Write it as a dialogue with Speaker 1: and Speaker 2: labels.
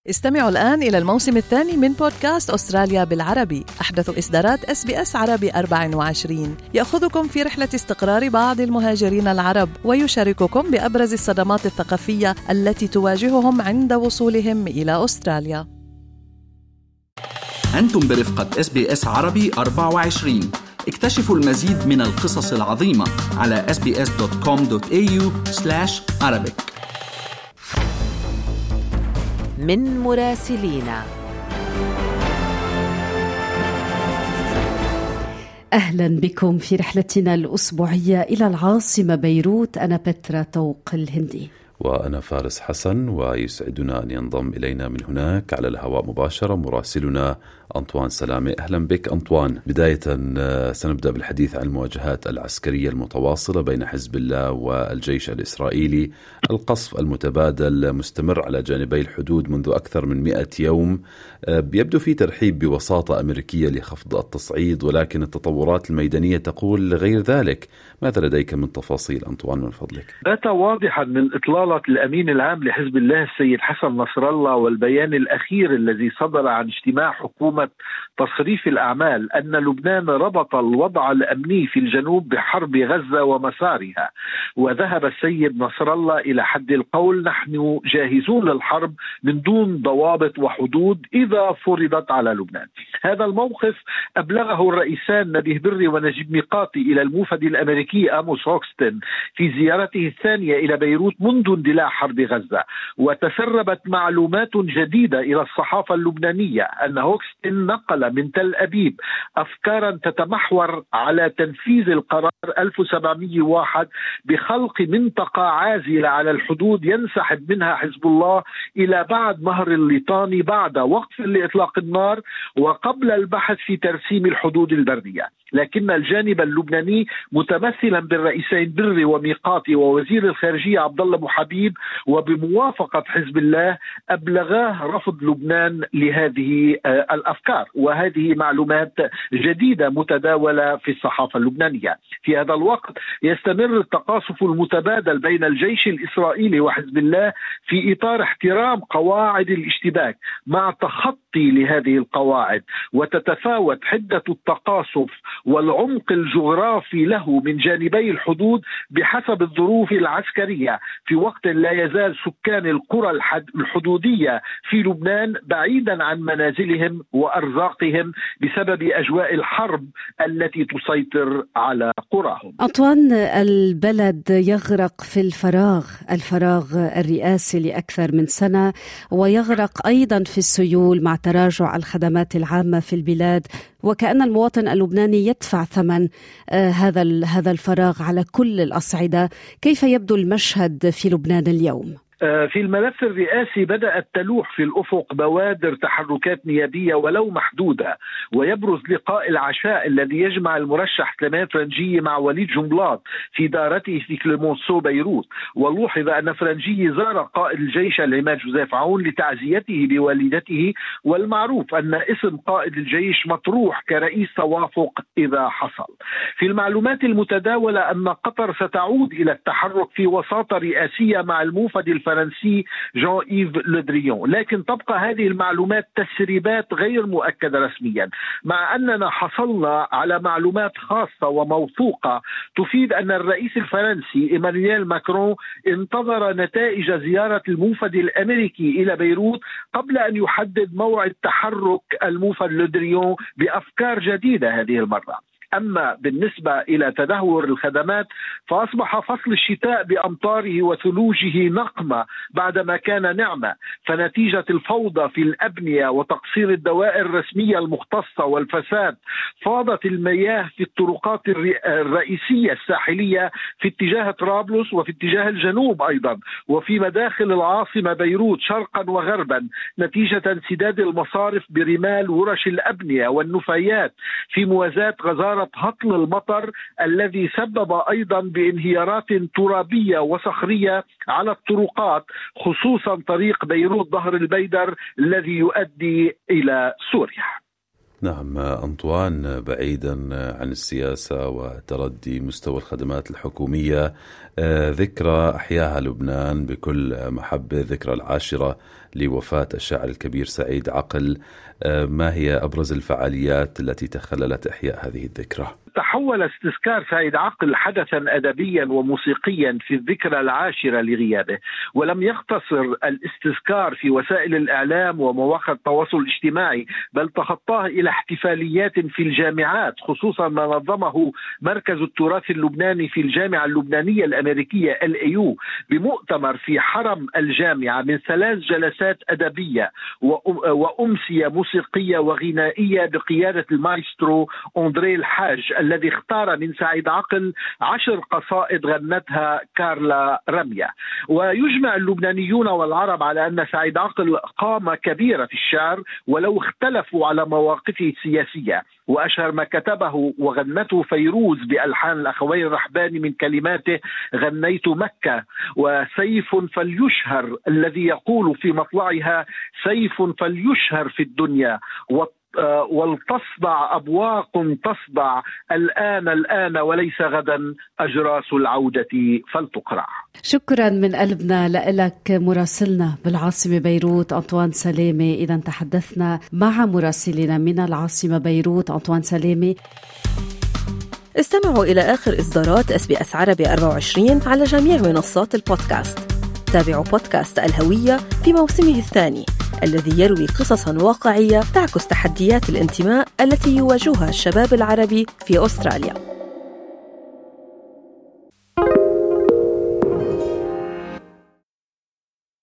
Speaker 1: استمعوا الآن إلى الموسم الثاني من بودكاست أستراليا بالعربي، أحدث إصدارات SBS عربي 24، يأخذكم في رحلة استقرار بعض المهاجرين العرب ويشارككم بأبرز الصدمات الثقافية التي تواجههم عند وصولهم إلى أستراليا.
Speaker 2: أنتم برفقة SBS عربي 24. اكتشفوا المزيد من القصص العظيمة على sbs.com.au/arabic.
Speaker 3: من مراسلينا.
Speaker 4: أهلا بكم في رحلتنا الأسبوعية إلى العاصمة بيروت. أنا بترا طوق الهندي
Speaker 5: وأنا فارس حسن، ويسعدنا أن ينضم إلينا من هناك على الهواء مباشرة مراسلنا أنطوان سلامة. أهلا بك أنطوان. بداية سنبدأ بالحديث عن المواجهات العسكرية المتواصلة بين حزب الله والجيش الإسرائيلي. القصف المتبادل مستمر على جانبي الحدود منذ أكثر من 100 يوم. يبدو في ترحيب بوساطة أمريكية لخفض التصعيد، ولكن التطورات الميدانية تقول غير ذلك. ماذا لديك من تفاصيل أنطوان من فضلك؟
Speaker 6: بات واضحا من إطلالة الأمين العام لحزب الله السيد حسن نصر الله والبيان الأخير الذي صدر عن اجتماع حكومة تصريف الأعمال أن لبنان ربط الوضع الأمني في الجنوب بحرب غزة ومسارها، وذهب السيد نصر الله إلى حد القول: نحن جاهزون للحرب من دون ضوابط وحدود إذا فرضت على لبنان. هذا الموقف أبلغه الرئيسان نبيه بري ونجيب ميقاتي إلى الموفد الأمريكي آموس هوكستن في زيارته الثانية إلى بيروت منذ اندلاع حرب غزة، وتسربت معلومات جديدة إلى الصحافة اللبنانية أن هوكستن نقل من تل أبيب أفكارا تتمحور على تنفيذ القرار 1701 بخلق منطقة عازلة على الحدود ينسحب منها حزب الله إلى بعد نهر الليطاني بعد وقف لإطلاق النار وقبل البحث في ترسيم الحدود البرية. لكن الجانب اللبناني متمثلا بالرئيسين بري وميقاتي ووزير الخارجية عبد الله أبو حبيب وبموافقة حزب الله أبلغاه رفض لبنان لهذه الأفكار، وهذه معلومات جديدة متداولة في الصحافة اللبنانية. في هذا الوقت يستمر التقاصف المتبادل بين الجيش الإسرائيلي وحزب الله في إطار احترام قواعد الاشتباك مع تخطي لهذه القواعد، وتتفاوت حدة التقاصف والعمق الجغرافي له من جانبي الحدود بحسب الظروف العسكرية، في وقت لا يزال سكان القرى الحدودية في لبنان بعيدا عن منازلهم وأرزاقهم بسبب أجواء الحرب التي تسيطر على قراهم.
Speaker 4: أنطوان، البلد يغرق في الفراغ الرئاسي لأكثر من سنة، ويغرق أيضا في السيول مع تراجع الخدمات العامة في البلاد، وكأن المواطن اللبناني يدفع ثمن هذا الفراغ على كل الأصعدة. كيف يبدو المشهد في لبنان اليوم؟
Speaker 6: في الملف الرئاسي بدأت تلوح في الأفق بوادر تحركات نيابية ولو محدودة، ويبرز لقاء العشاء الذي يجمع المرشح كليمان فرنجي مع وليد جنبلاط في دارته في كليمونسو بيروت. ولوحظ أن فرنجي زار قائد الجيش العماد جوزيف عون لتعزيته بوالدته، والمعروف أن اسم قائد الجيش مطروح كرئيس توافق إذا حصل. في المعلومات المتداولة أن قطر ستعود إلى التحرك في وساطة رئاسية مع الموفد الفرنسي جان إيف لودريون، لكن تبقى هذه المعلومات تسريبات غير مؤكدة رسميا، مع أننا حصلنا على معلومات خاصة وموثوقة تفيد أن الرئيس الفرنسي إيمانويل ماكرون انتظر نتائج زيارة الموفد الأمريكي إلى بيروت قبل أن يحدد موعد تحرك الموفد لودريون بأفكار جديدة هذه المرة. أما بالنسبة إلى تدهور الخدمات فأصبح فصل الشتاء بأمطاره وثلوجه نقمة بعدما كان نعمة، فنتيجة الفوضى في الأبنية وتقصير الدوائر الرسمية المختصة والفساد فاضت المياه في الطرقات الرئيسية الساحلية في اتجاه طرابلس وفي اتجاه الجنوب أيضا، وفي مداخل العاصمة بيروت شرقا وغربا، نتيجة انسداد المصارف برمال ورش الأبنية والنفايات في موازاة غزارة هطل المطر الذي سبب أيضا بانهيارات ترابية وصخرية على الطرقات، خصوصا طريق بيروت ظهر البيدر الذي يؤدي إلى سوريا.
Speaker 5: نعم أنطوان، بعيدا عن السياسة وتردي مستوى الخدمات الحكومية، ذكرى أحياها لبنان بكل محبة، ذكرى 10 لوفاة الشاعر الكبير سعيد عقل. ما هي أبرز الفعاليات التي تخللت إحياء هذه الذكرى؟
Speaker 6: تحول استذكار سعيد عقل حدثا أدبيا وموسيقيا في الذكرى 10 لغيابه، ولم يقتصر الاستذكار في وسائل الإعلام ومواقع التواصل الاجتماعي، بل تخطاه إلى احتفاليات في الجامعات، خصوصا ما نظمه مركز التراث اللبناني في الجامعة اللبنانية الأمريكية LAU بمؤتمر في حرم الجامعة من 3 جلسات أدبية وأمسية موسيقية وغنائية بقيادة المايسترو أندري الحاج، الذي اختار من سعيد عقل 10 قصائد غنتها كارلا رمية. ويجمع اللبنانيون والعرب على أن سعيد عقل قامة كبيرة في الشعر ولو اختلفوا على مواقفه السياسية، وأشهر ما كتبه وغنته فيروز بألحان الأخوين الرحباني من كلماته غنيت مكة وسيف فليشهر، الذي يقول في مطلعها سيف فليشهر في الدنيا ولتصدع أبواق تصدع الآن وليس غدا أجراس العودة فلتقرع.
Speaker 4: شكرا من قلبنا لك مراسلنا بالعاصمة بيروت أنطوان سلامة. إذا تحدثنا مع مراسلنا من العاصمة بيروت أنطوان سلامة.
Speaker 7: استمعوا إلى آخر إصدارات SBS عربي 24 على جميع منصات البودكاست. تابعوا بودكاست الهوية في موسمه الثاني الذي يروي قصصاً واقعية تعكس تحديات الانتماء التي يواجهها الشباب العربي في أستراليا.